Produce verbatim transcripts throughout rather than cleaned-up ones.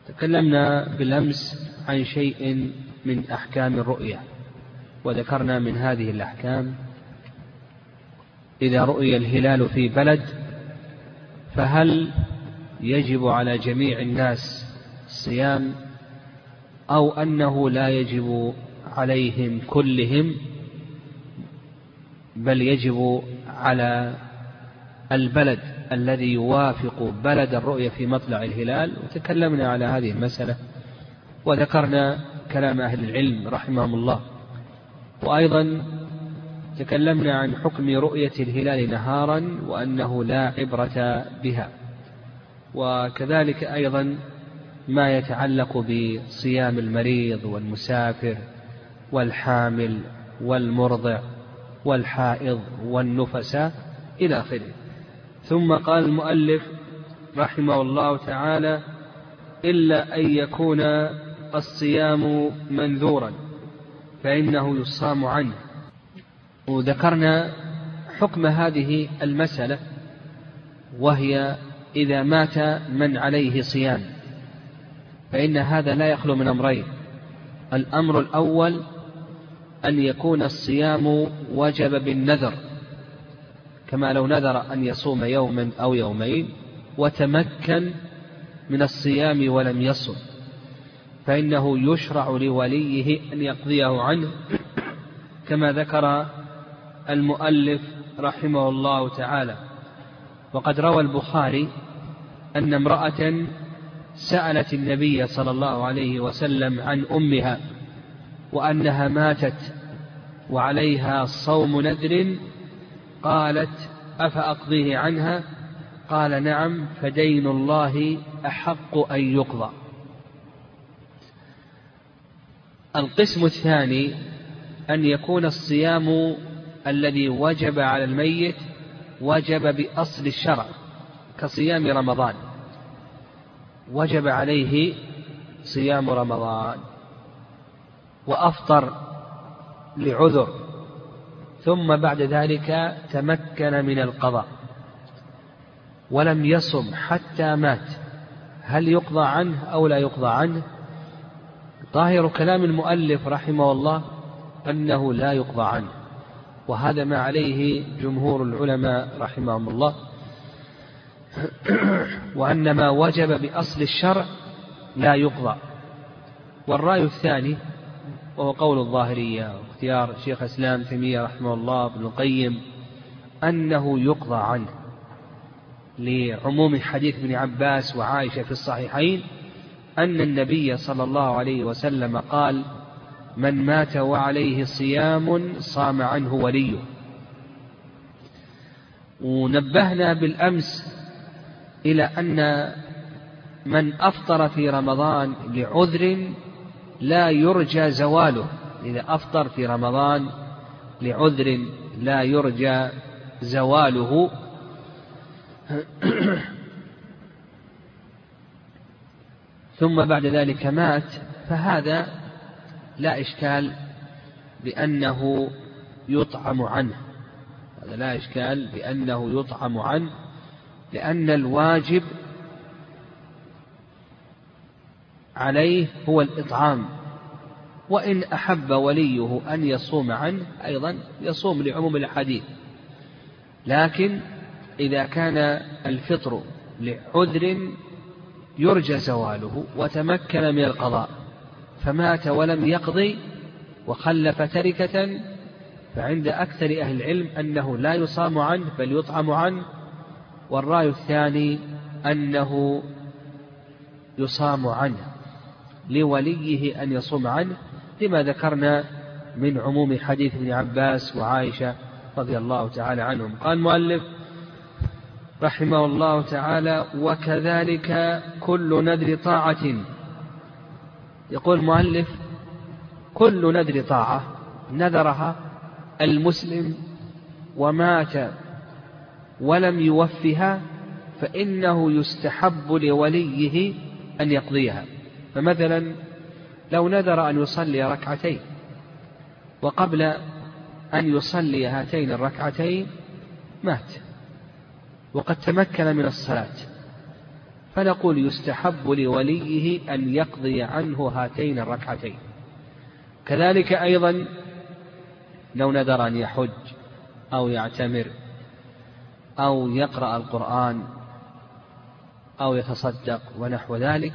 تكلمنا بالأمس عن شيء من أحكام الرؤية، وذكرنا من هذه الأحكام إذا رؤي الهلال في بلد فهل يجب على جميع الناس الصيام أو أنه لا يجب عليهم كلهم، بل يجب على البلد الذي يوافق بلد الرؤية في مطلع الهلال. وتكلمنا على هذه المسألة وذكرنا كلام أهل العلم رحمهم الله، وأيضا تكلمنا عن حكم رؤية الهلال نهارا وأنه لا عبرة بها، وكذلك أيضا ما يتعلق بصيام المريض والمسافر والحامل والمرضع والحائض والنفساء إلى آخره. ثم قال المؤلف رحمه الله تعالى: إلا أن يكون الصيام منذورا فإنه يصام عنه. وذكرنا حكم هذه المسألة، وهي إذا مات من عليه صيام فإن هذا لا يخلو من أمرين: الأمر الأول أن يكون الصيام وجب بالنذر، كما لو نذر أن يصوم يوما أو يومين وتمكن من الصيام ولم يصم، فإنه يشرع لوليه أن يقضيه عنه، كما ذكر المؤلف رحمه الله تعالى. وقد روى البخاري أن امرأة سألت النبي صلى الله عليه وسلم عن أمها وأنها ماتت وعليها صوم نذر، قالت: أفأقضيه عنها؟ قال: نعم، فدين الله أحق أن يقضى. القسم الثاني أن يكون الصيام الذي وجب على الميت وجب بأصل الشرع، كصيام رمضان، وجب عليه صيام رمضان وأفطر لعذر، ثم بعد ذلك تمكن من القضاء ولم يصم حتى مات، هل يقضى عنه أو لا يقضى عنه؟ ظاهر كلام المؤلف رحمه الله أنه لا يقضى عنه، وهذا ما عليه جمهور العلماء رحمهم الله، وأن ما وجب بأصل الشرع لا يقضى. والرأي الثاني وهو قول الظاهرية واختيار شيخ الإسلام تيمية رحمه الله ابن القيم أنه يقضى عنه، لعموم حديث ابن عباس وعائشة في الصحيحين أن النبي صلى الله عليه وسلم قال: من مات وعليه صيام صام عنه وليه. ونبهنا بالأمس إلى أن من أفطر في رمضان لعذر لا يرجى زواله، إذا أفطر في رمضان لعذر لا يرجى زواله ثم بعد ذلك مات، فهذا لا إشكال بأنه يطعم عنه، هذا لا إشكال بأنه يطعم عنه، لأن الواجب عليه هو الإطعام، وإن أحب وليه أن يصوم عنه أيضا يصوم لعموم الحديث. لكن إذا كان الفطر لعذر يرجى زواله وتمكن من القضاء فمات ولم يقضي وخلف تركة، فعند أكثر أهل العلم أنه لا يصام عنه بل يطعم عنه. والرأي الثاني أنه يصام عنه لوليه أن يصوم عنه، لما ذكرنا من عموم حديث ابن عباس وعائشة رضي الله تعالى عنهم. قال المؤلف رحمه الله تعالى: وكذلك كل نذر طاعة. يقول المؤلف: كل نذر طاعة نذرها المسلم ومات ولم يوفها فإنه يستحب لوليه أن يقضيها. فمثلا لو نذر أن يصلي ركعتين وقبل أن يصلي هاتين الركعتين مات وقد تمكن من الصلاة، فنقول يستحب لوليه أن يقضي عنه هاتين الركعتين. كذلك أيضا لو نذر أن يحج أو يعتمر أو يقرأ القرآن أو يتصدق ونحو ذلك،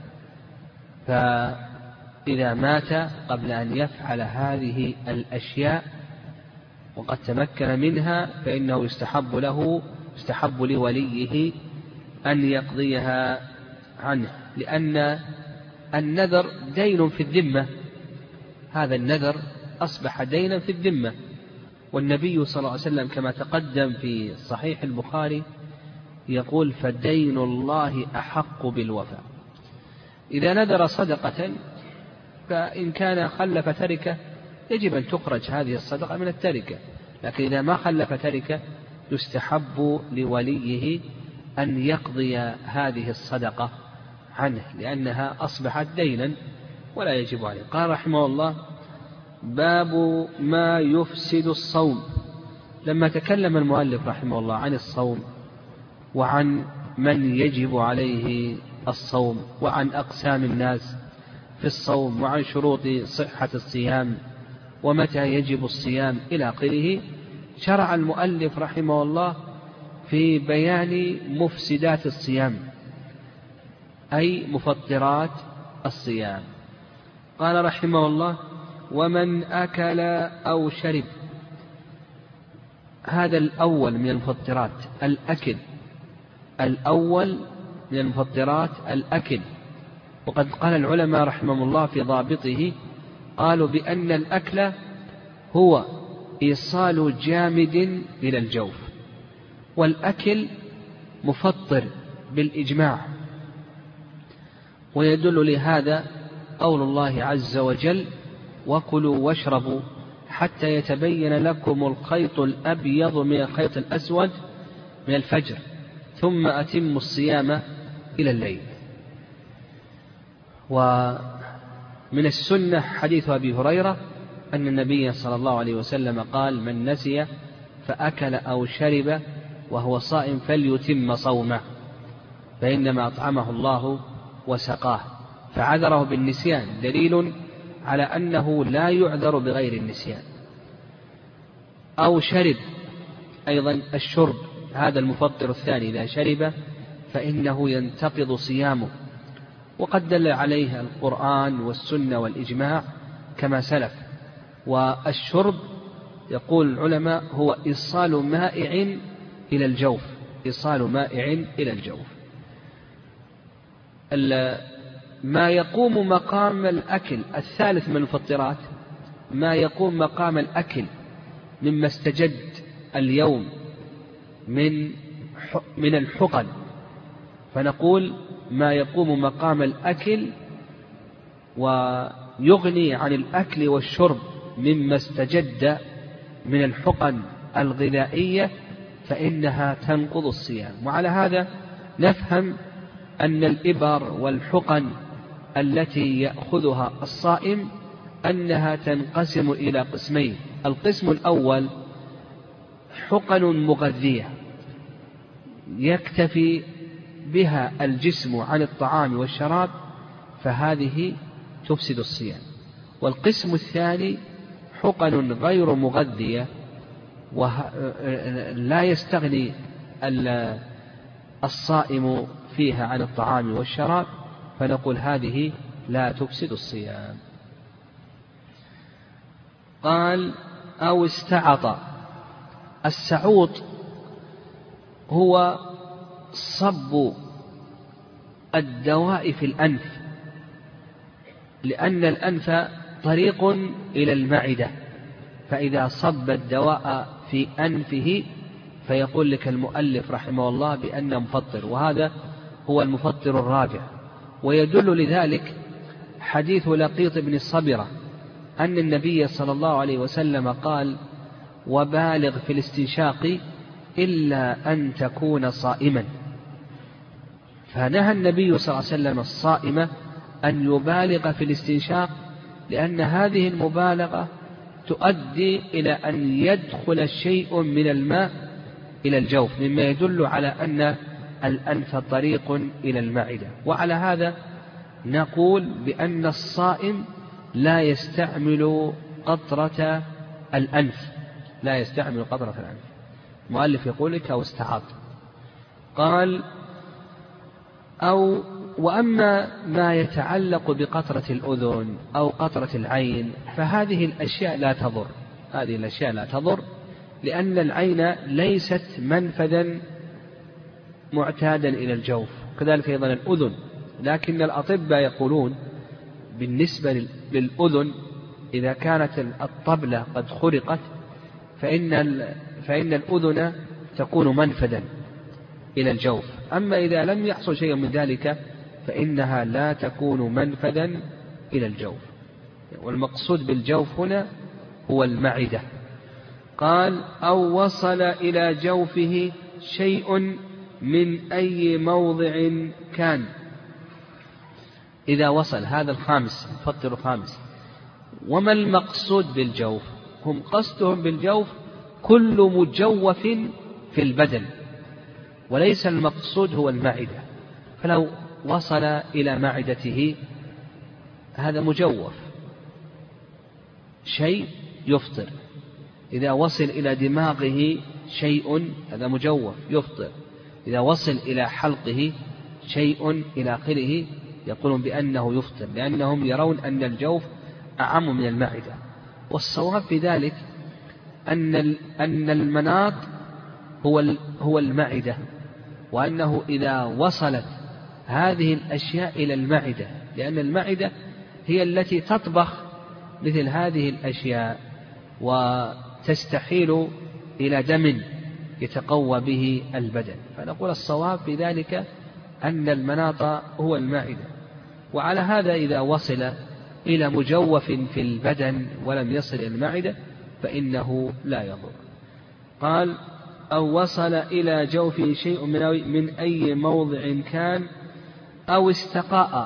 فإذا مات قبل أن يفعل هذه الأشياء وقد تمكن منها فإنه يستحب له يستحب لوليه أن يقضيها عنه، لأن النذر دين في الذمة، هذا النذر أصبح دينا في الذمة. والنبي صلى الله عليه وسلم كما تقدم في صحيح البخاري يقول: فدين الله أحق بالوفاء. إذا نذر صدقة فإن كان خلف تركة يجب أن تخرج هذه الصدقة من التركة، لكن إذا ما خلف تركة يستحب لوليه أن يقضي هذه الصدقة عنه، لأنها أصبحت دينا ولا يجب عليه. قال رحمه الله: باب ما يفسد الصوم. لما تكلم المؤلف رحمه الله عن الصوم وعن من يجب عليه الصوم وعن أقسام الناس في الصوم وعن شروط صحة الصيام ومتى يجب الصيام إلى آخره، شرع المؤلف رحمه الله في بيان مفسدات الصيام، أي مفطرات الصيام. قال رحمه الله: ومن أكل أو شرب. هذا الأول من المفطرات الأكل، الأول من المفطرات الأكل. وقد قال العلماء رحمهم الله في ضابطه، قالوا بأن الأكل هو إيصال جامد إلى الجوف، والأكل مفطر بالإجماع. ويدل لهذا قول الله عز وجل: وكلوا واشربوا حتى يتبين لكم الخيط الأبيض من الخيط الأسود من الفجر ثم أتموا الصيام إلى الليل. ومن السنة حديث أبي هريرة أن النبي صلى الله عليه وسلم قال: من نسي فأكل أو شرب وهو صائم فليتم صومه فإنما أطعمه الله وسقاه، فعذره بالنسيان، دليل على أنه لا يعذر بغير النسيان. أو شرب، أيضا الشرب هذا المفطر الثاني، إذا شرب فإنه ينتقض صيامه، وقد دل عليه القرآن والسنة والإجماع كما سلف. والشرب يقول العلماء هو إيصال مائع إلى الجوف، إيصال مائع إلى الجوف. ما يقوم مقام الأكل الثالث من المفطرات، ما يقوم مقام الأكل مما استجد اليوم من من الحقن، فنقول ما يقوم مقام الأكل ويغني عن الأكل والشرب مما استجد من الحقن الغذائية فإنها تنقض الصيام. وعلى هذا نفهم أن الإبر والحقن التي يأخذها الصائم أنها تنقسم إلى قسمين. القسم الأول حقن مغذية يكتفي بها الجسم عن الطعام والشراب، فهذه تفسد الصيام. والقسم الثاني حقن غير مغذية ولا يستغني الصائم فيها عن الطعام والشراب، فنقول هذه لا تفسد الصيام. قال: أو استعط. السعوط هو صب الدواء في الأنف، لأن الأنف طريق إلى المعدة، فإذا صب الدواء في أنفه فيقول لك المؤلف رحمه الله بأنه مفطر، وهذا هو المفطر الرابع. ويدل لذلك حديث لقيط بن الصبرة أن النبي صلى الله عليه وسلم قال: وبالغ في الاستنشاق إلا أن تكون صائما. فنهى النبي صلى الله عليه وسلم الصائم أن يبالغ في الاستنشاق، لأن هذه المبالغة تؤدي إلى أن يدخل شيء من الماء إلى الجوف، مما يدل على أن الأنف طريق إلى المعدة. وعلى هذا نقول بأن الصائم لا يستعمل قطرة الأنف، لا يستعمل قطرة الأنف. المؤلف يقول لك أو استعاض. قال أو وأما ما يتعلق بقطرة الأذن أو قطرة العين فهذه الأشياء لا تضر، هذه الأشياء لا تضر لأن العين ليست منفذا معتادا إلى الجوف، كذلك أيضا الأذن. لكن الأطباء يقولون بالنسبة للأذن إذا كانت الطبلة قد خرقت فإن, فإن الأذن تكون منفذا إلى الجوف، أما إذا لم يحصل شيء من ذلك فإنها لا تكون منفذا إلى الجوف. والمقصود بالجوف هنا هو المعدة. قال أو وصل إلى جوفه شيء من أي موضع كان. إذا وصل، هذا الخامس فطر خامس. وما المقصود بالجوف؟ هم قصدهم بالجوف كل مجوف في البدن، وليس المقصود هو المعدة. فلو وصل إلى معدته هذا مجوف، شيء يفطر. إذا وصل إلى دماغه شيء هذا مجوف يفطر. إذا وصل إلى حلقه شيء إلى آخره يقولون بأنه يفطر، لأنهم يرون أن الجوف أعم من المعدة. والصواب في ذلك أن أن المناط هو هو المعدة، وأنه إذا وصلت هذه الأشياء إلى المعدة، لأن المعدة هي التي تطبخ مثل هذه الأشياء وتستحيل إلى دم يتقوى به البدن. فنقول الصواب في ذلك أن المناط هو المعدة. وعلى هذا إذا وصل إلى مجوف في البدن ولم يصل إلى المعدة فإنه لا يضر. قال أو وصل إلى جوفه شيء من أي موضع كان أو استقاء.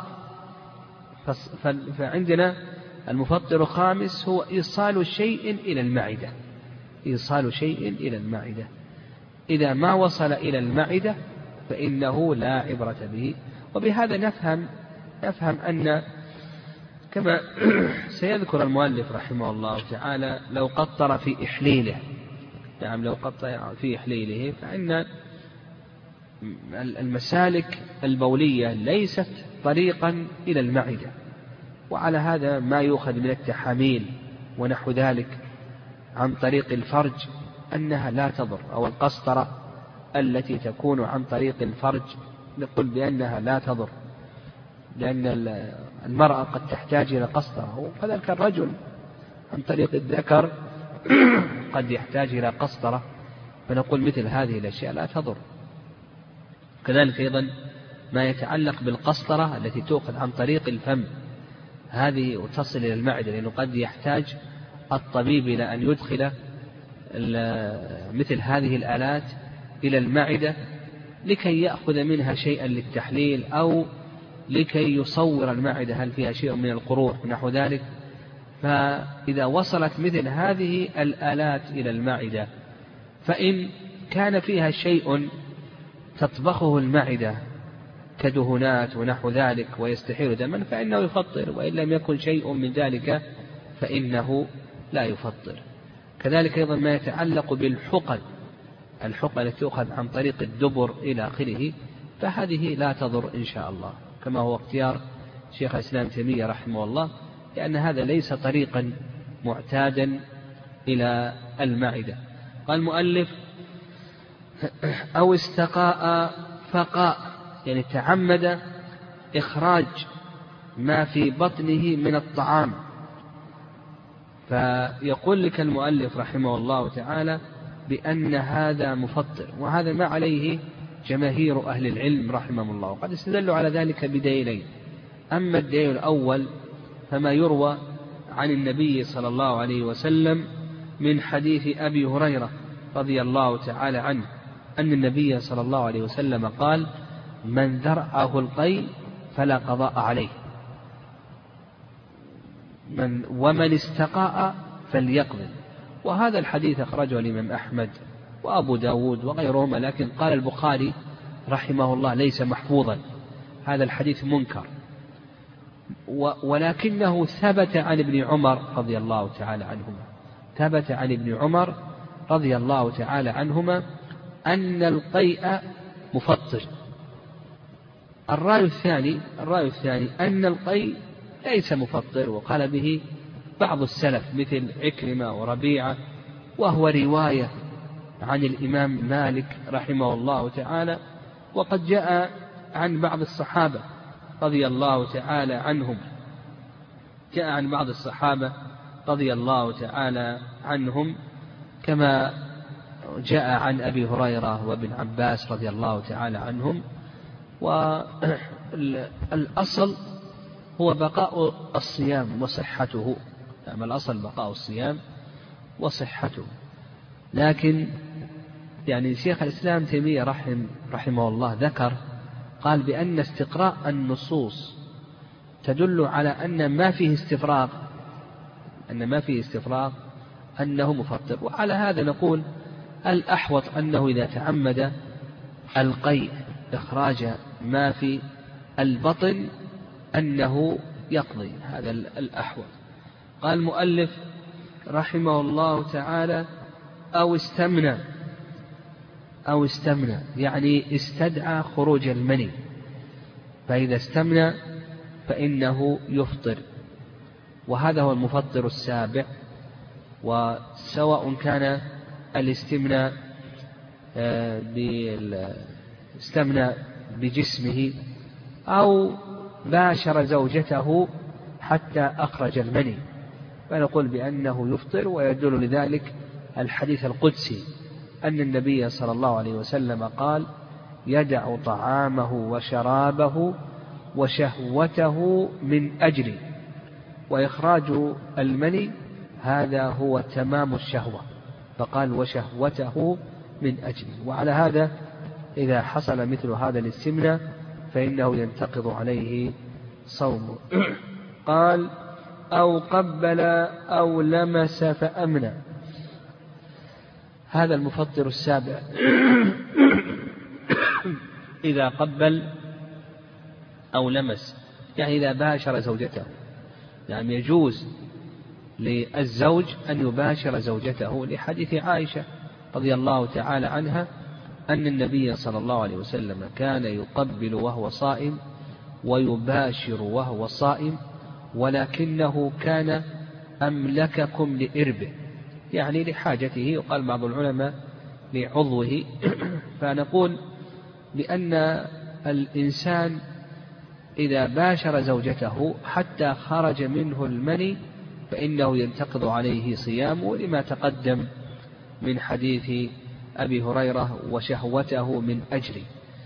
فعندنا المفطر خامس هو إيصال شيء إلى المعدة، إيصال شيء إلى المعدة. إذا ما وصل إلى المعدة فإنه لا عبرة به. وبهذا نفهم نفهم أن كما سيذكر المؤلف رحمه الله تعالى لو قطر في إحليله، نعم لو قطر في إحليله فإن المسالك البولية ليست طريقا إلى المعدة. وعلى هذا ما يؤخذ من التحاميل ونحو ذلك عن طريق الفرج أنها لا تضر، أو القسطرة التي تكون عن طريق الفرج نقول بأنها لا تضر، لأن المرأة قد تحتاج إلى قسطرة، وكذلك الرجل عن طريق الذكر قد يحتاج إلى قسطرة، فنقول مثل هذه الأشياء لا تضر. كذلك أيضا ما يتعلق بالقسطرة التي تؤخذ عن طريق الفم، هذه وتصل إلى المعدة، لأنه قد يحتاج الطبيب إلى أن يدخل مثل هذه الآلات إلى المعدة لكي يأخذ منها شيئا للتحليل أو لكي يصور المعدة هل فيها شيء من القروح ونحو ذلك. فإذا وصلت مثل هذه الآلات إلى المعدة فإن كان فيها شيء تطبخه المعدة كدهنات ونحو ذلك ويستحيل دما فإنه يفطر، وإن لم يكن شيء من ذلك فإنه لا يفطر. كذلك أيضا ما يتعلق بالحقن، الحقن التي تؤخذ عن طريق الدبر إلى آخره، فهذه لا تضر إن شاء الله، كما هو اختيار شيخ الإسلام تيمية رحمه الله، لأن هذا ليس طريقا معتادا إلى المعدة. قال المؤلف أو استقاء فقاء، يعني تعمد إخراج ما في بطنه من الطعام. فيقول لك المؤلف رحمه الله تعالى بأن هذا مفطر، وهذا ما عليه جماهير أهل العلم رحمهم الله، وقد استدلوا على ذلك بدليلين. أما الدليل الأول فما يروى عن النبي صلى الله عليه وسلم من حديث أبي هريرة رضي الله تعالى عنه أن النبي صلى الله عليه وسلم قال: من ذرعه القيء فلا قضاء عليه، من ومن استقاء فليقضي. وهذا الحديث أخرجه الإمام أحمد وأبو داود وغيرهما، لكن قال البخاري رحمه الله ليس محفوظا، هذا الحديث منكر، ولكنه ثبت عن ابن عمر رضي الله تعالى عنهما ثبت عن ابن عمر رضي الله تعالى عنهما أن القيء مفطر. الرأي الثاني الرأي الثاني أن القيء ليس مفطر، وقال به بعض السلف مثل عكرمة وربيعة، وهو رواية عن الإمام مالك رحمه الله تعالى، وقد جاء عن بعض الصحابة رضي الله تعالى عنهم جاء عن بعض الصحابة رضي الله تعالى عنهم كما جاء عن أبي هريرة وابن عباس رضي الله تعالى عنهم. والأصل هو بقاء الصيام وصحته، يعني الأصل بقاء الصيام وصحته. لكن يعني شيخ الإسلام تيمية رحم رحمه الله ذكر قال بأن استقراء النصوص تدل على أن ما فيه استفراغ أن ما فيه استفراغ أنه مفطر. وعلى هذا نقول الأحوط أنه إذا تعمد القيء إخراج ما في البطن أنه يقضي، هذا الأحوط. قال المؤلف رحمه الله تعالى أو استمنى أو استمنى يعني استدعى خروج المني، فإذا استمنى فإنه يفطر، وهذا هو المفطر السابع. وسواء كان الاستمناء استمنى بجسمه أو باشر زوجته حتى أخرج المني، فنقول بأنه يفطر. ويدل لذلك الحديث القدسي أن النبي صلى الله عليه وسلم قال يدع طعامه وشرابه وشهوته من أجلي، وإخراج المني هذا هو تمام الشهوة، فقال وشهوته من أجلي. وعلى هذا إذا حصل مثل هذا الاستمناء فإنه ينتقض عليه صومه. قال أو قبل أو لمس فأمنى، هذا المفطر السابع إذا قبل أو لمس، يعني إذا باشر زوجته، يعني يجوز للزوج أن يباشر زوجته، لحديث عائشة رضي الله تعالى عنها أن النبي صلى الله عليه وسلم كان يقبل وهو صائم ويباشر وهو صائم، ولكنه كان أملككم لإربه، يعني لحاجته، يقال بعض العلماء لعضوه. فنقول بأن الإنسان إذا باشر زوجته حتى خرج منه المني فإنه ينتقض عليه صيامه، لما تقدم من حديث أبي هريرة وشهوته من أجلي.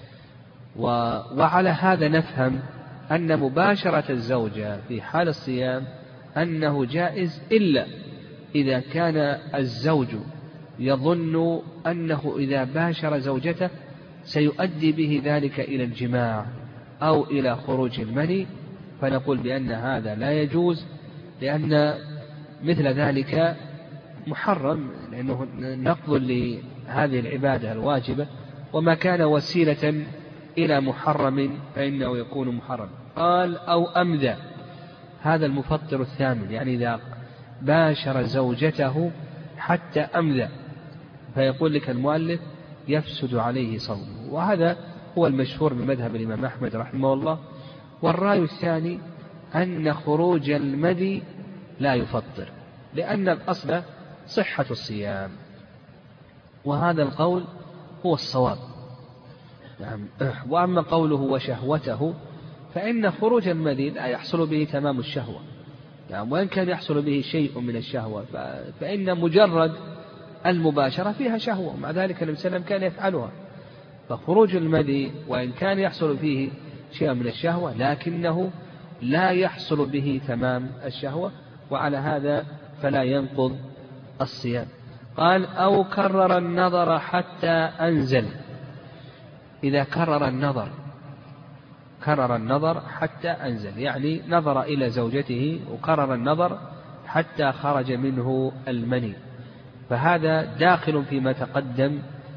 وعلى هذا نفهم أن مباشرة الزوجة في حال الصيام أنه جائز، إلا إذا كان الزوج يظن أنه إذا باشر زوجته سيؤدي به ذلك إلى الجماع أو إلى خروج المني، فنقول بأن هذا لا يجوز، لأن مثل ذلك محرم، لأنه نقض لهذه العبادة الواجبة، وما كان وسيلة إلى محرم فإنه يكون محرم. قال أو أمذى، هذا المفطر الثامن، يعني إذا باشر زوجته حتى أمذى، فيقول لك المؤلف يفسد عليه صومه، وهذا هو المشهور من مذهب الإمام أحمد رحمه الله. والرأي الثاني أن خروج المذي لا يفطر، لأن الأصل صحة الصيام، وهذا القول هو الصواب. نعم. وأما قوله وشهوته فإن خروج المذي لا يحصل به تمام الشهوة، يعني وإن كان يحصل به شيء من الشهوة فإن مجرد المباشرة فيها شهوة، مع ذلك النبي صلى الله عليه وسلم كان يفعلها. فخروج المذي وإن كان يحصل فيه شيء من الشهوة لكنه لا يحصل به تمام الشهوة، وعلى هذا فلا ينقض الصيام. قال أو كرر النظر حتى أنزل، إذا كرر النظر كرر النظر حتى أنزل، يعني نظر إلى زوجته وكرر النظر حتى خرج منه المني، فهذا داخل فيما تقدم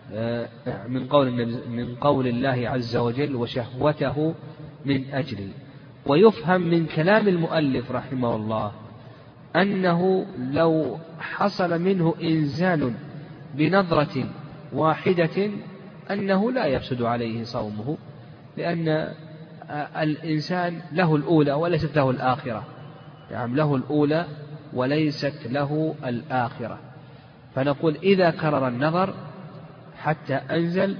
من قول من قول الله عز وجل وشهوته من أجلي. ويفهم من كلام المؤلف رحمه الله أنه لو حصل منه إنزال بنظرة واحدة أنه لا يفسد عليه صومه، لأن الإنسان له الأولى وليست له الآخرة، يعني له الأولى وليست له الآخرة. فنقول إذا كرر النظر حتى أنزل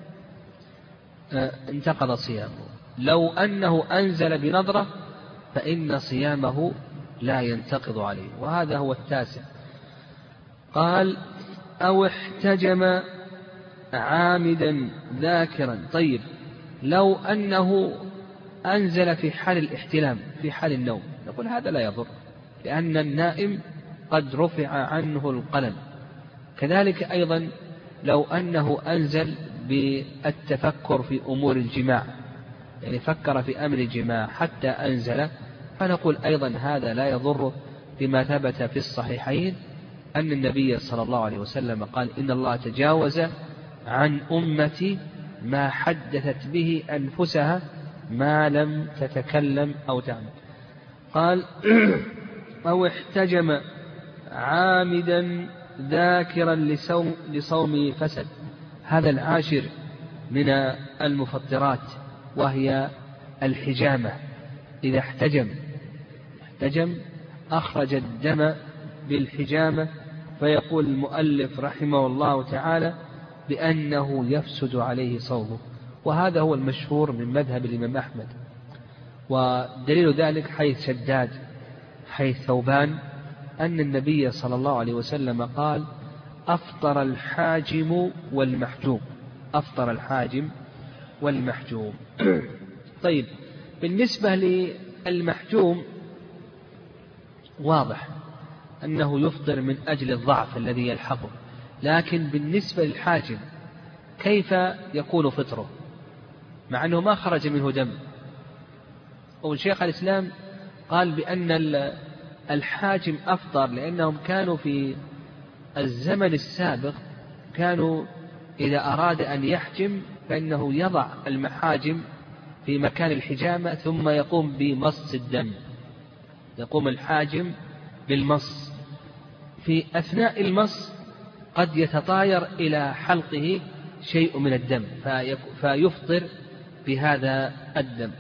انتقض صيامه. لو أنه أنزل بنظرة فإن صيامه لا ينتقض عليه. وهذا هو التاسع. قال أو احتجم عامدا ذاكرا. طيب، لو أنه أنزل في حال الاحتلام في حال النوم، نقول هذا لا يضر، لأن النائم قد رفع عنه القلم. كذلك أيضا لو أنه أنزل بالتفكر في أمور الجماع، يعني فكر في أمر الجماع حتى أنزل، فنقول أيضا هذا لا يضر، لما ثبت في الصحيحين أن النبي صلى الله عليه وسلم قال إن الله تجاوز عن أمتي ما حدثت به أنفسها ما لم تتكلم أو تعمل. قال أو احتجم عامدا ذاكرا لصوم لصومه فسد. هذا العاشر من المفطرات، وهي الحجامة. إذا احتجم احتجم أخرج الدم بالحجامة، فيقول المؤلف رحمه الله تعالى بأنه يفسد عليه صومه. وهذا هو المشهور من مذهب الإمام أحمد. ودليل ذلك حيث شداد حيث ثوبان أن النبي صلى الله عليه وسلم قال أفطر الحاجم والمحجوم. أفطر الحاجم والمحجوم. طيب، بالنسبة للمحجوم واضح أنه يفطر من أجل الضعف الذي يلحقه، لكن بالنسبة للحاجم كيف يكون فطره مع أنه ما خرج منه دم؟ والشيخ الإسلام قال بأن الحاجم أفطر لأنهم كانوا في الزمن السابق كانوا إذا أراد أن يحجم فإنه يضع المحاجم في مكان الحجامة ثم يقوم بمص الدم، يقوم الحاجم بالمص. في أثناء المص قد يتطاير إلى حلقه شيء من الدم فيفطر بهذا الدم.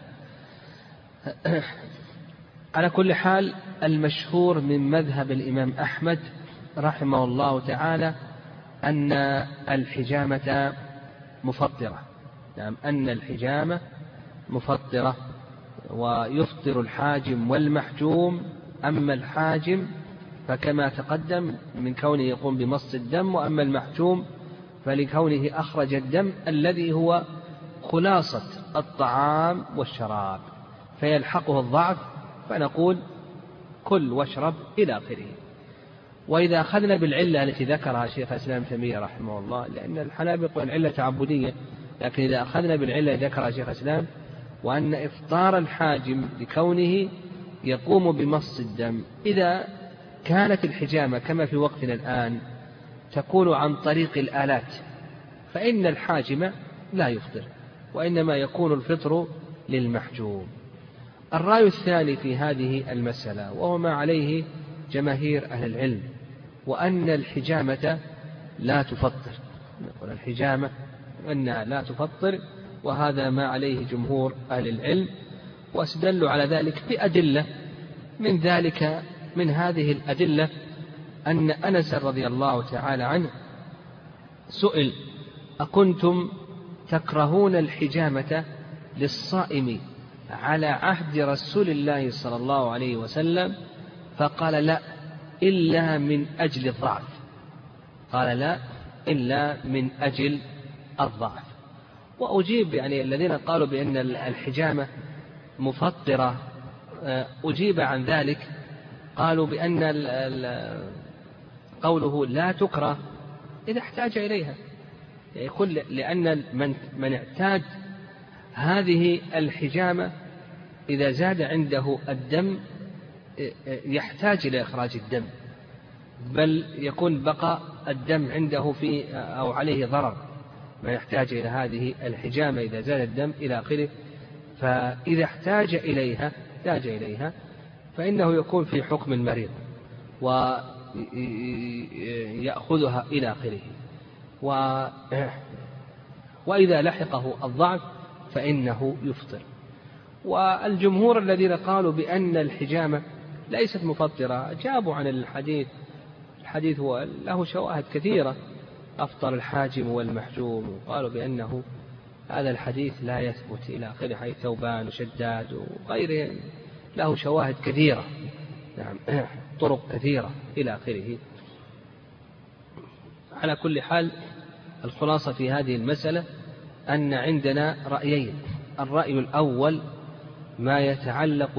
على كل حال المشهور من مذهب الإمام أحمد رحمه الله تعالى أن الحجامة مفطرة، نعم أن الحجامة مفطرة، ويفطر الحاجم والمحجوم. أما الحاجم فكما تقدم من كونه يقوم بمص الدم، وأما المحجوم فلكونه أخرج الدم الذي هو خلاصة الطعام والشراب فيلحقه الضعف، فنقول كل واشرب إلى آخره. وإذا أخذنا بالعلة التي ذكرها شيخ الإسلام تيمية رحمه الله، لأن الحنابلة العلة تعبدية، لكن إذا أخذنا بالعلة ذكرها شيخ الإسلام وأن إفطار الحاجم لكونه يقوم بمص الدم، إذا كانت الحجامة كما في وقتنا الآن تكون عن طريق الآلات فإن الحاجم لا يفطر، وإنما يكون الفطر للمحجوم. الرأي الثاني في هذه المسألة وهو ما عليه جماهير أهل العلم، وأن الحجامة لا تفطر، نقول الحجامة أنها لا تفطر، وهذا ما عليه جمهور أهل العلم، واستدلوا على ذلك بأدلة. من ذلك من هذه الأدلة أن أنس رضي الله تعالى عنه سئل أكنتم تكرهون الحجامة للصائم على عهد رسول الله صلى الله عليه وسلم؟ فقال لا إلا من أجل الضعف. قال لا إلا من أجل الضعف. وأجيب يعني الذين قالوا بأن الحجامة مفطرة أجيب عن ذلك، قالوا بأن قوله لا تكره إذا احتاج إليها، يعني كل لأن من, من اعتاد هذه الحجامة إذا زاد عنده الدم يحتاج إلى إخراج الدم، بل يكون بقاء الدم عنده في أو عليه ضرر، ما يحتاج إلى هذه الحجامة إذا زال الدم إلى آخره. فإذا احتاج إليها احتاج إليها فإنه يكون في حكم المريض ويأخذها إلى آخره. و... وإذا لحقه الضعف فإنه يفطر. والجمهور الذين قالوا بأن الحجامة ليست مفطرة جابوا عن الحديث. الحديث هو له شواهد كثيرة، أفطر الحاجم والمحجوم، وقالوا بأنه هذا الحديث لا يثبت إلى آخره، حيث ثوبان وشداد وغيره له شواهد كثيرة، نعم طرق كثيرة إلى آخره. على كل حال الخلاصة في هذه المسألة أن عندنا رأيين. الرأي الأول ما يتعلق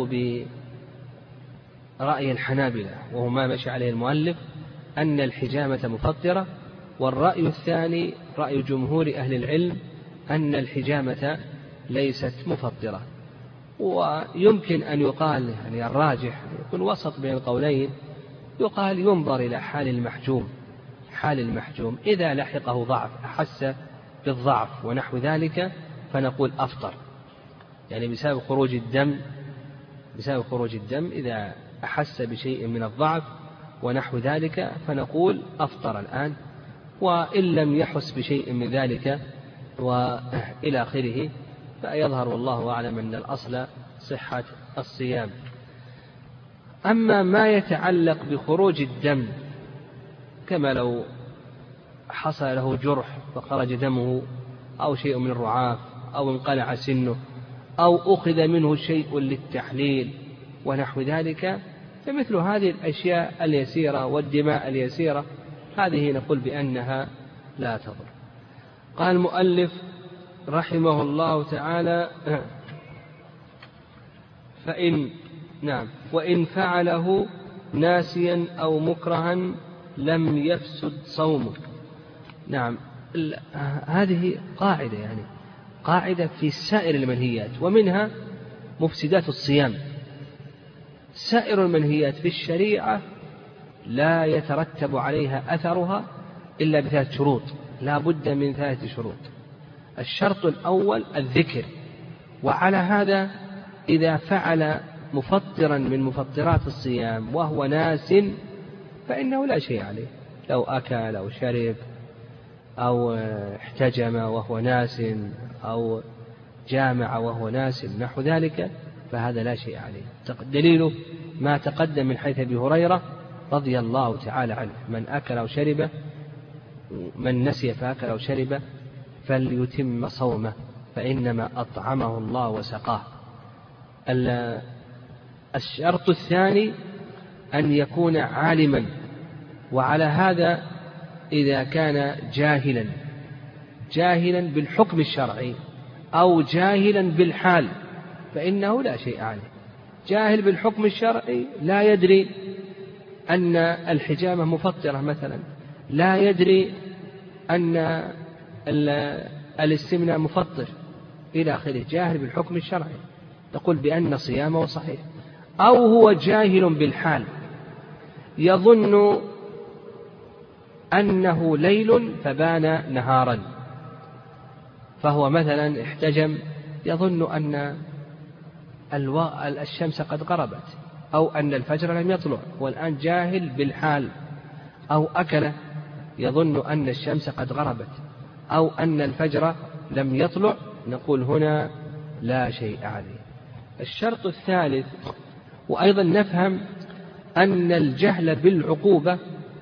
برأي الحنابلة وهو ما مشى عليه المؤلف أن الحجامة مفطرة، والرأي الثاني رأي جمهور أهل العلم أن الحجامة ليست مفطرة. ويمكن أن يقال يعني الراجح يكون وسط بين القولين، يقال ينظر إلى حال المحجوم. حال المحجوم إذا لحقه ضعف أحس بالضعف ونحو ذلك فنقول أفطر، يعني بسبب خروج الدم بسبب خروج الدم إذا أحس بشيء من الضعف ونحو ذلك فنقول أفطر الآن. وإن لم يحس بشيء من ذلك وإلى آخره فيظهر والله أعلم أن الأصل صحة الصيام. أما ما يتعلق بخروج الدم كما لو حصل له جرح فخرج دمه أو شيء من الرعاف أو انقلع سنه أو أخذ منه شيء للتحليل ونحو ذلك، فمثل هذه الأشياء اليسيرة والدماء اليسيرة هذه نقول بأنها لا تضر. قال المؤلف رحمه الله تعالى فإن نعم وإن فعله ناسيا أو مكرها لم يفسد صومه. نعم هذه قاعدة، يعني قاعدة في سائر المنهيات، ومنها مفسدات الصيام. سائر المنهيات في الشريعة لا يترتب عليها أثرها إلا بثلاث شروط، لا بد من ثلاث شروط. الشرط الأول الذكر، وعلى هذا إذا فعل مفطرا من مفطرات الصيام وهو ناس فإنه لا شيء عليه، لو أكل أو شرب أو احتجم وهو ناس أو جامع وهو ناس نحو ذلك فهذا لا شيء عليه. دليله ما تقدم من حيث أبي هريرة رضي الله تعالى عنه: من أكل أو شرب من نسي فأكل أو شرب فليتم صومه فإنما أطعمه الله وسقاه. الشرط الثاني أن يكون عالما، وعلى هذا إذا كان جاهلا جاهلا بالحكم الشرعي أو جاهلا بالحال فإنه لا شيء عليه. جاهل بالحكم الشرعي لا يدري أن الحجامة مفطرة مثلا، لا يدري أن الاستمناء مفطر إلى آخره، جاهل بالحكم الشرعي تقول بأن صيامه صحيح. أو هو جاهل بالحال يظن أنه ليل فبان نهارا، فهو مثلا احتجم يظن أن الشمس قد غربت أو أن الفجر لم يطلع، والآن جاهل بالحال. أو أكل يظن أن الشمس قد غربت أو أن الفجر لم يطلع، نقول هنا لا شيء عليه. الشرط الثالث، وأيضا نفهم أن الجهل بالعقوبة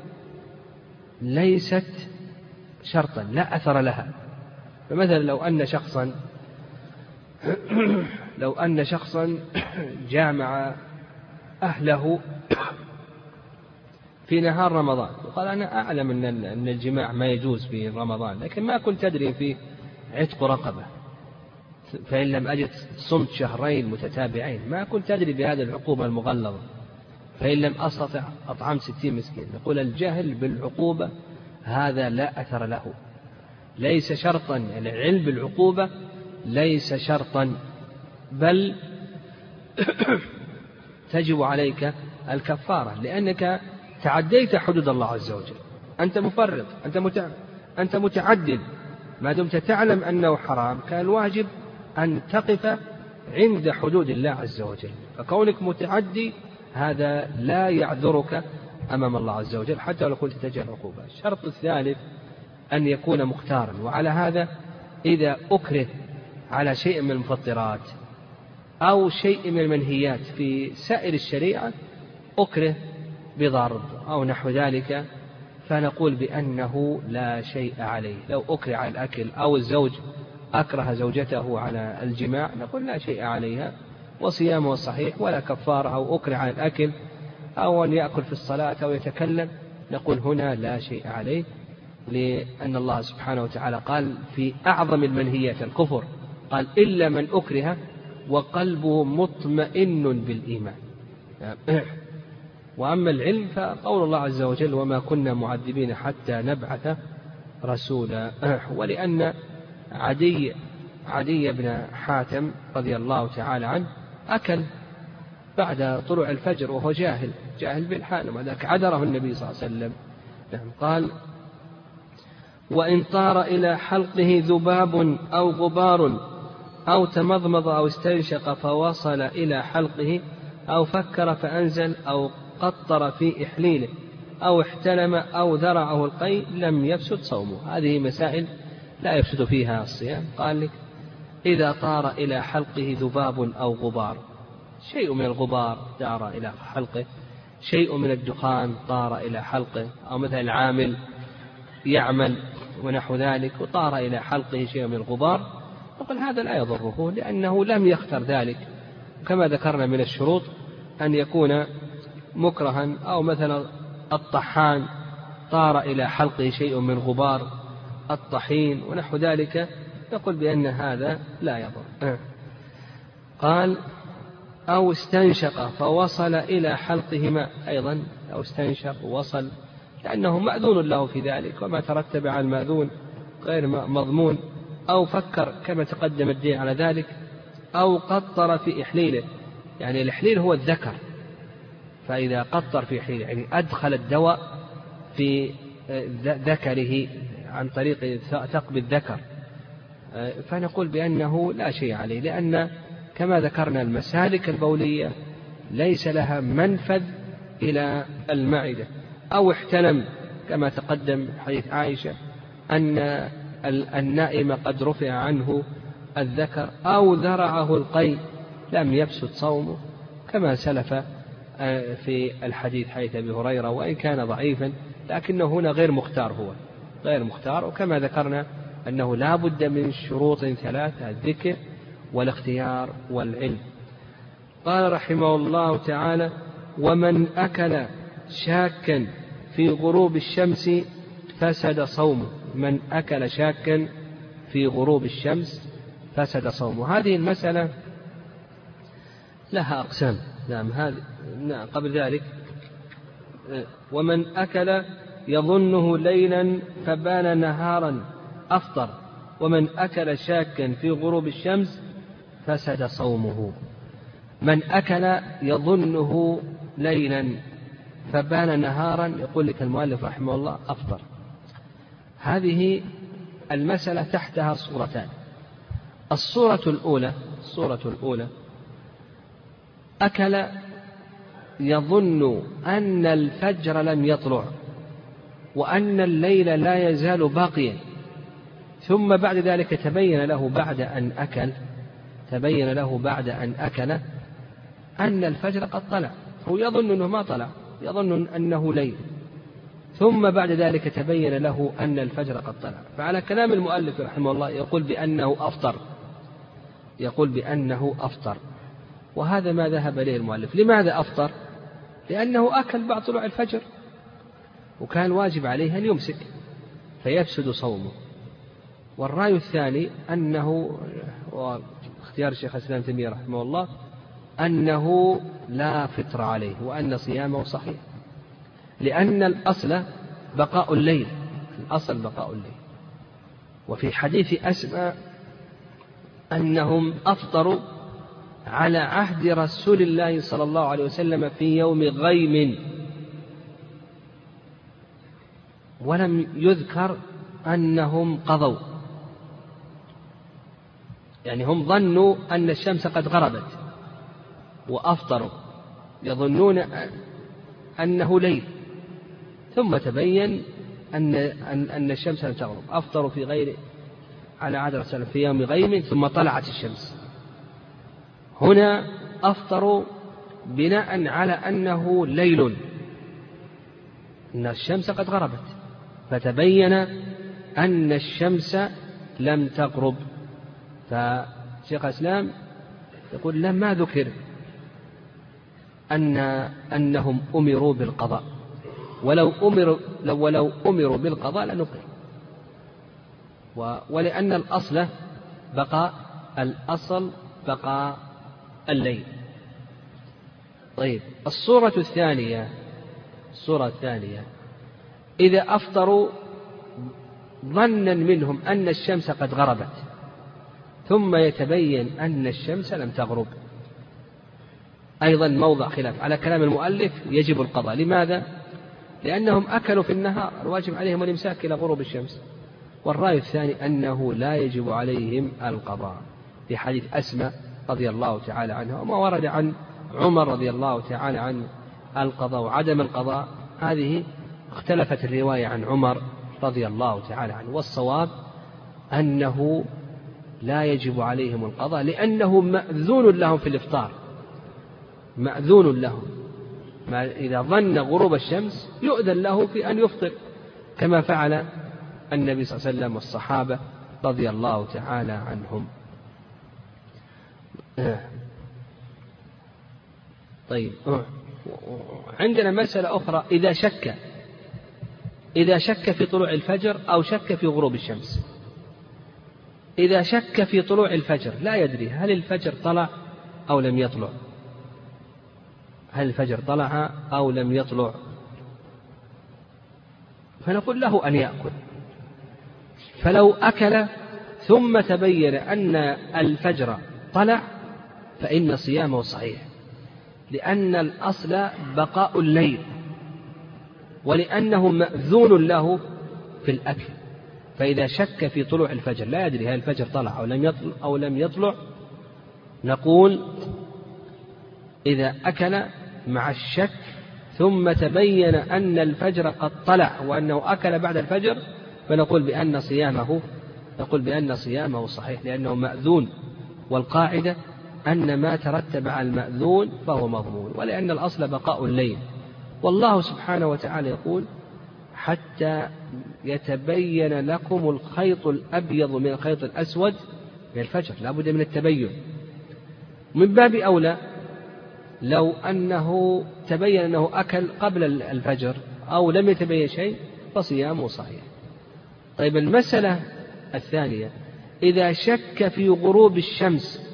ليست شرطا لا أثر لها. فمثلا لو أن شخصا لو أن شخصا جامع أهله في نهار رمضان وقال أنا أعلم أن الجماع ما يجوز في رمضان لكن ما كنت أدري في عتق رقبة، فإن لم أجد صمت شهرين متتابعين، ما كنت أدري بهذه العقوبة المغلظة، فإن لم أستطع أطعام ستين مسكين. نقول الجهل بالعقوبة هذا لا أثر له، ليس شرطا. العلم بالعقوبة ليس شرطا، بل تجب عليك الكفارة لأنك تعديت حدود الله عز وجل. أنت مفرط، أنت أنت متعدد، ما دمت تعلم أنه حرام كان الواجب أن تقف عند حدود الله عز وجل، فكونك متعدي هذا لا يعذرك أمام الله عز وجل حتى لو كنت تجعل عقوبة. الشرط الثالث أن يكون مختارا، وعلى هذا إذا أكره على شيء من المفطرات أو شيء من المنهيات في سائر الشريعة، أكره بضرب أو نحو ذلك، فنقول بأنه لا شيء عليه. لو أكره على الأكل أو الزوج أكره زوجته على الجماع نقول لا شيء عليها وصيامه صحيح ولا كفارة. أو أكره على الأكل أو أن يأكل في الصلاة أو يتكلم نقول هنا لا شيء عليه، لأن الله سبحانه وتعالى قال في أعظم المنهيات الكفر، قال إلا من أكره وقلبه مطمئن بالإيمان. وأما العلم فقول الله عز وجل وما كنا معذبين حتى نبعث رسولا. ولأن عدي عدي بن حاتم رضي الله تعالى عنه أكل بعد طلوع الفجر وهو جاهل جاهل بالحال، وذاك عذره النبي صلى الله عليه وسلم. قال وإن طار إلى حلقه ذباب أو غبار أو تمضمض أو استنشق فوصل إلى حلقه أو فكر فأنزل أو قطر في إحليله أو احتلم أو ذرعه القيء لم يفسد صومه. هذه مسائل لا يفسد فيها الصيام. قال لك إذا طار إلى حلقه ذباب أو غبار، شيء من الغبار دار إلى حلقه، شيء من الدخان طار إلى حلقه، أو مثل العامل يعمل ونحو ذلك وطار إلى حلقه شيء من الغبار، نقول هذا لا يضره لأنه لم يختر ذلك. كما ذكرنا من الشروط أن يكون مكرها، أو مثلا الطحان طار إلى حلقه شيء من غبار الطحين ونحو ذلك، نقول بأن هذا لا يضر. قال أو استنشق فوصل إلى حلقه ماء، أيضا أو استنشق ووصل، لأنه مأذون له في ذلك وما ترتب على المأذون غير مضمون. أو فكر كما تقدم الدين على ذلك. أو قطر في إحليله، يعني الإحليل هو الذكر، فإذا قطر في إحليله يعني أدخل الدواء في ذكره عن طريق ثقب الذكر، فنقول بأنه لا شيء عليه، لأن كما ذكرنا المسالك البولية ليس لها منفذ إلى المعدة. أو احتلم كما تقدم حديث عائشة أن النائم قد رفع عنه الذكر. أو ذرعه القيء لم يفسد صومه، كما سلف في الحديث حديث أبي هريرة، وإن كان ضعيفا لكنه هنا غير مختار، هو غير مختار. وكما ذكرنا أنه لا بد من شروط ثلاثة: الذكر والاختيار والعلم. قال رحمه الله تعالى ومن أكل شاكا في غروب الشمس فسد صومه. من أكل شاكا في غروب الشمس فسد صومه. هذه المسألة لها أقسام. نعم هذه نعم قبل ذلك ومن أكل يظنه ليلا فبان نهارا أفطر، ومن أكل شاكا في غروب الشمس فسد صومه. من أكل يظنه ليلا فبان نهارا، يقول لك المؤلف رحمه الله أفطر. هذه المسألة تحتها صورتان. الصورة الأولى الصورة الأولى أكل يظن أن الفجر لم يطلع وأن الليل لا يزال باقيا، ثم بعد ذلك تبين له بعد أن أكل تبين له بعد أن أكل أن الفجر قد طلع. هو يظن أنه ما طلع، يظن أنه ليل، ثم بعد ذلك تبين له أن الفجر قد طلع. فعلى كلام المؤلف رحمه الله يقول بأنه أفطر يقول بأنه أفطر وهذا ما ذهب إليه المؤلف. لماذا أفطر؟ لأنه أكل بعد طلوع الفجر وكان واجب عليه أن يمسك فيفسد صومه. والرأي الثاني أنه، واختيار الشيخ الإسلام تيمية رحمه الله، أنه لا فطر عليه وأن صيامه صحيح، لأن الأصل بقاء الليل الأصل بقاء الليل. وفي حديث أسماء أنهم أفطروا على عهد رسول الله صلى الله عليه وسلم في يوم غيم، ولم يذكر أنهم قضوا يعني هم ظنوا أن الشمس قد غربت وأفطروا، يظنون أنه ليل، ثم تبين أن أن الشمس لم تغرب، أفطروا في غير على عهد الرسول صلى الله عليه وسلم في يوم غيم ثم طلعت الشمس. هنا أفطروا بناء على أنه ليل، أن الشمس قد غربت، فتبين أن الشمس لم تغرب. فشيخ الإسلام يقول لما ذكر أن أنهم أمروا بالقضاء، ولو أمروا ولو أمروا بالقضاء لنقل، ولأن الأصل بقاء الأصل بقاء الليل. طيب الصورة الثانية الصورة الثانية إذا أفطروا ظنا منهم أن الشمس قد غربت ثم يتبين أن الشمس لم تغرب، أيضا موضع خلاف على كلام المؤلف، يجب القضاء. لماذا؟ لأنهم أكلوا في النهار، الواجب عليهم الإمساك إلى غروب الشمس. والرأي الثاني أنه لا يجب عليهم القضاء، في حديث أسماء رضي الله تعالى عنها، وما ورد عن عمر رضي الله تعالى عن القضاء وعدم القضاء، هذه اختلفت الرواية عن عمر رضي الله تعالى عنه. والصواب أنه لا يجب عليهم القضاء، لأنه مأذون لهم في الإفطار، مأذون لهم، إذا ظن غروب الشمس يؤذن له في أن يفطر، كما فعل النبي صلى الله عليه وسلم والصحابة رضي الله تعالى عنهم. طيب عندنا مسألة أخرى، إذا شك إذا شك في طلوع الفجر أو شك في غروب الشمس. إذا شك في طلوع الفجر لا يدري هل الفجر طلع أو لم يطلع، هل الفجر طلع أو لم يطلع، فنقول له أن يأكل. فلو أكل ثم تبين أن الفجر طلع فإن صيامه صحيح، لأن الأصل بقاء الليل، ولأنه مأذون له في الأكل. فإذا شك في طلوع الفجر لا يدري هل الفجر طلع أو لم يطلع, أو لم يطلع نقول إذا أكل مع الشك ثم تبين أن الفجر قد طلع وأنه أكل بعد الفجر، فنقول بأن صيامه نقول بأن صيامه صحيح، لأنه مأذون، والقاعدة أن ما ترتب على المأذون فهو مضمون، ولأن الأصل بقاء الليل. والله سبحانه وتعالى يقول حتى يتبين لكم الخيط الأبيض من الخيط الأسود من الفجر، لا بد من التبين. من باب أولى لو أنه تبين أنه أكل قبل الفجر أو لم يتبين شيء فصيامه صحيح. طيب المسألة الثانية، إذا شك في غروب الشمس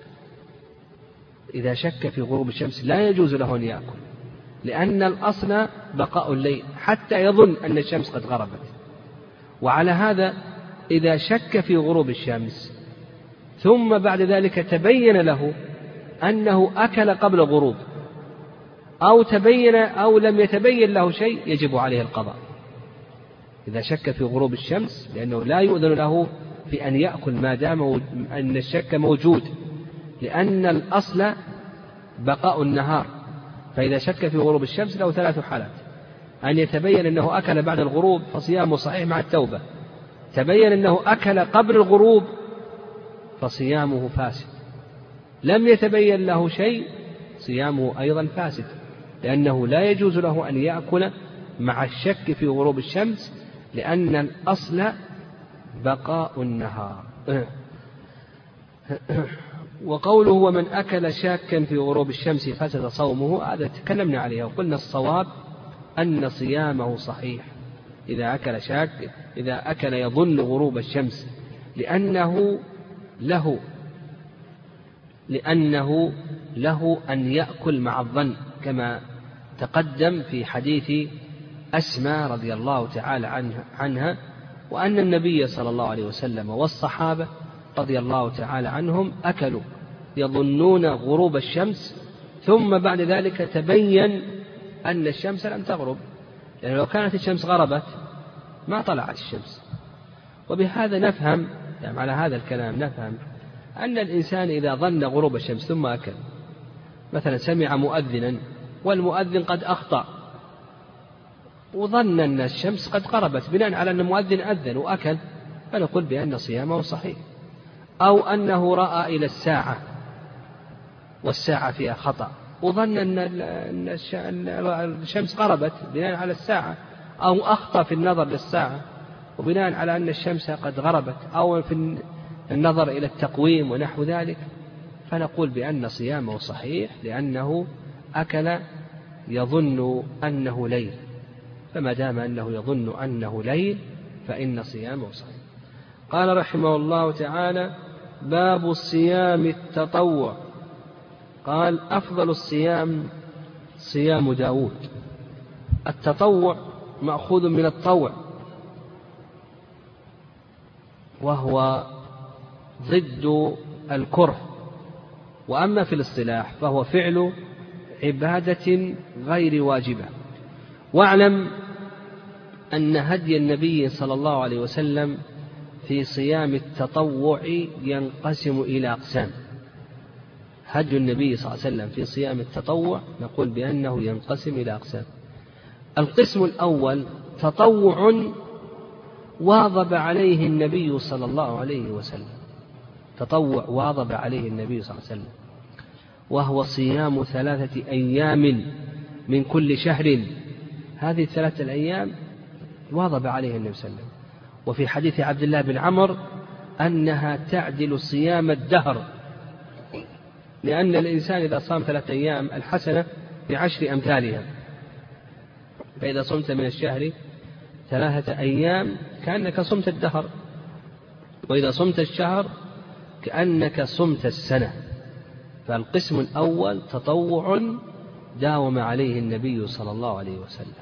إذا شك في غروب الشمس لا يجوز له أن يأكل، لأن الأصل بقاء الليل حتى يظن أن الشمس قد غربت. وعلى هذا إذا شك في غروب الشمس ثم بعد ذلك تبين له أنه أكل قبل الغروب أو تبين أو لم يتبين له شيء يجب عليه القضاء. إذا شك في غروب الشمس لأنه لا يؤذن له في أن يأكل ما دام أن الشك موجود، لأن الأصل بقاء النهار. فإذا شك في غروب الشمس له ثلاث حالات: أن يتبين أنه أكل بعد الغروب فصيامه صحيح مع التوبة، تبين أنه أكل قبل الغروب فصيامه فاسد، لم يتبين له شيء صيامه أيضا فاسد، لأنه لا يجوز له أن يأكل مع الشك في غروب الشمس، لأن الأصل بقاء النهار. وقوله ومن أكل شاكا في غروب الشمس فسد صومه، هذا تكلمنا عليه وقلنا الصواب أن صيامه صحيح إذا أكل شاك إذا أكل يظن غروب الشمس، لأنه له لأنه له أن يأكل مع الظن، كما تقدم في حديث أسماء رضي الله تعالى عنها، وأن النبي صلى الله عليه وسلم والصحابة رضي الله تعالى عنهم أكلوا يظنون غروب الشمس ثم بعد ذلك تبين أن الشمس لم تغرب، لأن لو كانت الشمس غربت ما طلعت الشمس. وبهذا نفهم، يعني على هذا الكلام نفهم أن الإنسان إذا ظن غروب الشمس ثم أكل، مثلا سمع مؤذنا والمؤذن قد أخطأ وظن أن الشمس قد غربت بناء على أن المؤذن أذن وأكل، فنقول بأن صيامه صحيح. أو أنه رأى إلى الساعة والساعة فيها خطأ وظن أن الشمس غربت بناء على الساعة، أو أخطأ في النظر للساعة وبناء على أن الشمس قد غربت، أو في النظر إلى التقويم ونحو ذلك، فنقول بأن صيامه صحيح لأنه أكل يظن أنه ليل، فما دام أنه يظن أنه ليل فإن صيامه صحيح. قال رحمه الله تعالى: باب الصيام التطوع. قال: أفضل الصيام صيام داود. التطوع مأخوذ من الطوع، وهو ضد الكره، وأما في الاصطلاح فهو فعل عبادة غير واجبة. واعلم أن هدي النبي صلى الله عليه وسلم في صيام التطوع ينقسم إلى أقسام. هدي النبي صلى الله عليه وسلم في صيام التطوع نقول بأنه ينقسم إلى أقسام. القسم الأول تطوع واظب عليه النبي صلى الله عليه وسلم، تطوع واظب عليه النبي صلى الله عليه وسلم، وهو صيام ثلاثة أيام من كل شهر. هذه الثلاثة الأيام واظب عليه النبي صلى الله عليه وسلم. وفي حديث عبد الله بن عمر أنها تعدل صيام الدهر، لأن الإنسان إذا صام ثلاثة أيام الحسنة بعشر أمثالها، فإذا صمت من الشهر ثلاثة أيام كأنك صمت الدهر، وإذا صمت الشهر كأنك صمت السنة. فالقسم الأول تطوع داوم عليه النبي صلى الله عليه وسلم،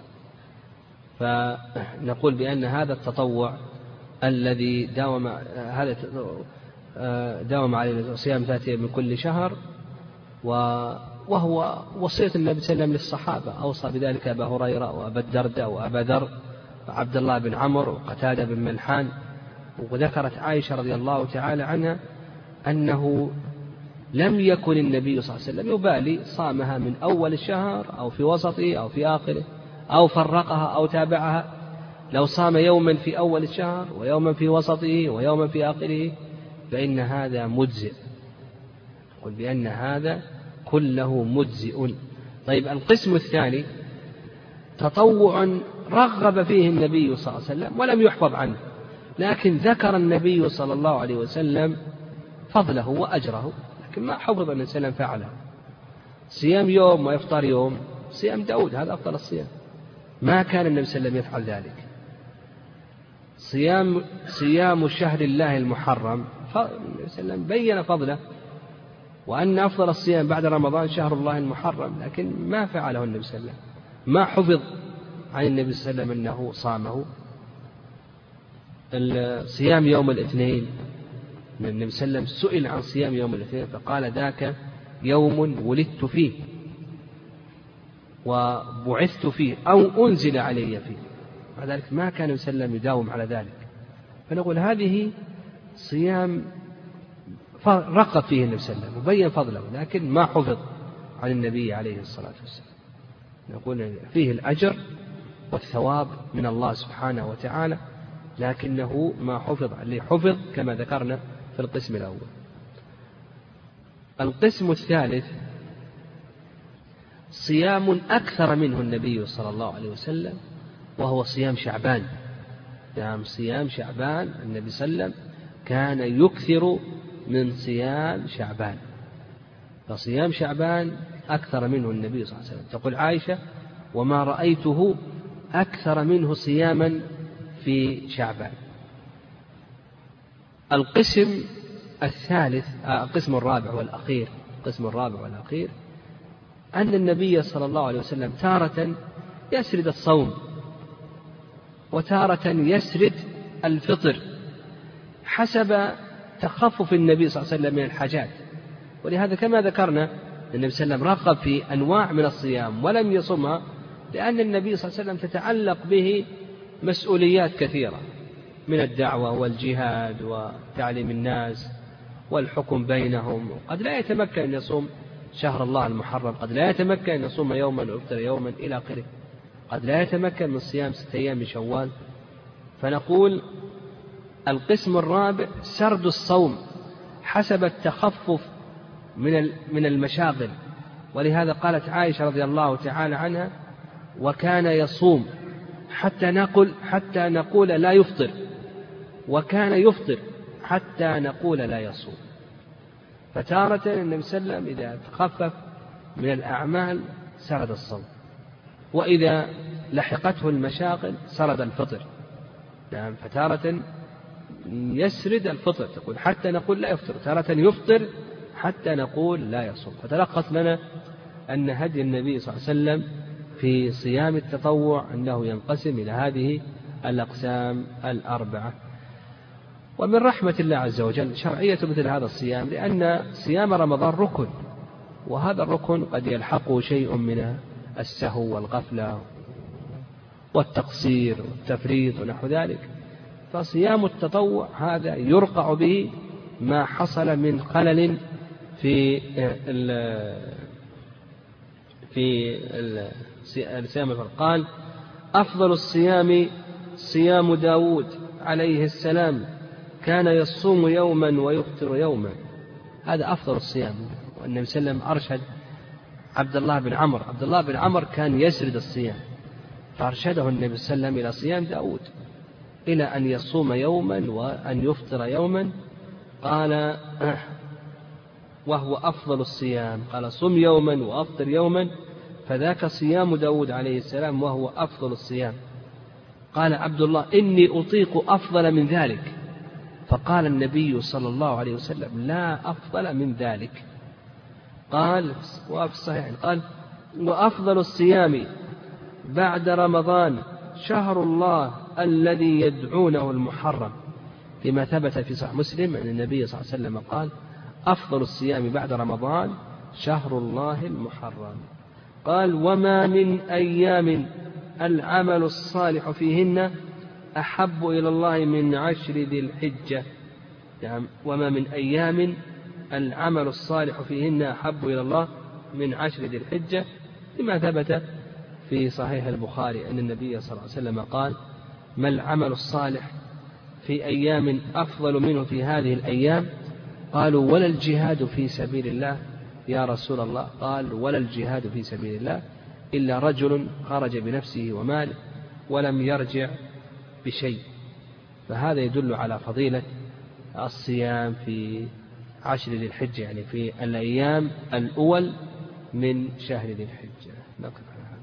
فنقول بأن هذا التطوع الذي داوم هذا داوم عليه صيام ثلاثة من كل شهر، وهو وصية النبي صلى الله عليه وسلم للصحابة، أوصى بذلك أبا هريرة وأبا الدرداء وأبا ذر وعبد الله بن عمرو وقتادة بن ملحان. وذكرت عائشة رضي الله تعالى عنها أنه لم يكن النبي صلى الله عليه وسلم يبالي صامها من أول الشهر أو في وسطه أو في آخره أو فرقها أو تابعها، لو صام يوما في أول الشهر ويوما في وسطه ويوما في آخره فإن هذا مجزئ، قل بأن هذا كله مجزئ. طيب القسم الثاني تطوع رغب فيه النبي صلى الله عليه وسلم ولم يحفظ عنه، لكن ذكر النبي صلى الله عليه وسلم فضله وأجره، لكن ما حفظ أن الإنسان فعله. صيام يوم ويفطر يوم، صيام داود هذا أفضل الصيام، ما كان النبي صلى الله عليه وسلم يفعل ذلك. صيام صيام شهر الله المحرم النبي صلى الله عليه وسلم بين فضله، وأن أفضل الصيام بعد رمضان شهر الله المحرم، لكن ما فعله النبي صلى الله عليه وسلم، ما حفظ عن النبي صلى الله عليه وسلم أنه صامه. صيام يوم الاثنين النبي صلى الله عليه وسلم سئل عن صيام يوم الاثنين فقال: ذاك يوم ولدت فيه وبعثت فيه أو أنزل علي فيه. مع ذلك ما كان النبي صلى الله عليه وسلم يداوم على ذلك، فنقول هذه صيام رقب فيه النبي صلى الله عليه وسلم وبين فضله، لكن ما حفظ عن النبي عليه الصلاة والسلام. نقول فيه الأجر والثواب من الله سبحانه وتعالى، لكنه ما حفظ اللي حفظ كما ذكرنا في القسم الأول. القسم الثالث صيام أكثر منه النبي صلى الله عليه وسلم، وهو صيام شعبان. يعني صيام شعبان النبي صلى الله عليه وسلم كان يكثر من صيام شعبان، فصيام شعبان أكثر منه النبي صلى الله عليه وسلم. تقول عائشة: وما رأيته أكثر منه صياما في شعبان. القسم الثالث القسم الرابع والأخير القسم الرابع والأخير أن النبي صلى الله عليه وسلم تارة يسرد الصوم وتارة يسرد الفطر حسب تخفف النبي صلى الله عليه وسلم من الحاجات. ولهذا كما ذكرنا النبي صلى الله عليه وسلم رغب في أنواع من الصيام ولم يصمها، لأن النبي صلى الله عليه وسلم تتعلق به مسؤوليات كثيرة من الدعوة والجهاد وتعليم الناس والحكم بينهم. قد لا يتمكن أن يصوم شهر الله المحرم، قد لا يتمكن أن يصوم يوما ويفطر يوما إلى آخره، قد لا يتمكن من صيام ستة أيام من شوال. فنقول القسم الرابع سرد الصوم حسب التخفف من من المشاغل. ولهذا قالت عائشة رضي الله تعالى عنها: وكان يصوم حتى نقول حتى نقول لا يفطر، وكان يفطر حتى نقول لا يصوم. فتارة النبي صلى الله عليه وسلم إذا تخفف من الأعمال سرد الصوم، وإذا لحقته المشاغل سرد الفطر. نعم، فتارة يسرد الفطر، تقول حتى نقول لا يفطر، تارة يفطر حتى نقول لا يصوم. فتلخص لنا أن هدي النبي صلى الله عليه وسلم في صيام التطوع أنه ينقسم إلى هذه الأقسام الأربعة. ومن رحمة الله عز وجل شرعية مثل هذا الصيام، لأن صيام رمضان ركن، وهذا الركن قد يلحقه شيء من السهو والغفلة والتقصير والتفريط ونحو ذلك. فصيام التطوع هذا يرقع به ما حصل من خلل في في الصيام. قال: أفضل الصيام صيام داود عليه السلام، كان يصوم يوما ويفطر يوما. هذا أفضل الصيام. والنبي صلى الله عليه وسلم أرشد عبد الله بن عمرو عبد الله بن عمرو كان يسرد الصيام، فأرشده النبي صلى الله عليه وسلم إلى صيام داود، إلى أن يصوم يوما وأن يفطر يوما. قال: وهو أفضل الصيام، قال: صم يوما وأفطر يوما، فذاك صيام داود عليه السلام وهو أفضل الصيام. قال عبد الله: إني أطيق أفضل من ذلك. فقال النبي صلى الله عليه وسلم: لا أفضل من ذلك. قال وفي الصحيح قال: وأفضل الصيام بعد رمضان شهر الله الذي يدعونه المحرم، لما ثبت في صحيح مسلم أن النبي صلى الله عليه وسلم قال: أفضل الصيام بعد رمضان شهر الله المحرم. قال: وما من أيام العمل الصالح فيهن أحب إلى الله من عشر ذي الحجة. يعني وما من أيام العمل الصالح فيهن أحب إلى الله من عشر ذي الحجة، لما ثبت في صحيح البخاري أن النبي صلى الله عليه وسلم قال: ما العمل الصالح في أيام أفضل منه في هذه الأيام؟ قالوا: ولا الجهاد في سبيل الله يا رسول الله. قال: ولا الجهاد في سبيل الله إلا رجل خرج بنفسه وماله ولم يرجع بشيء. فهذا يدل على فضيلة الصيام في عشر ذي الحجة، يعني في الأيام الأول من شهر ذي الحجة. نقف على هذا.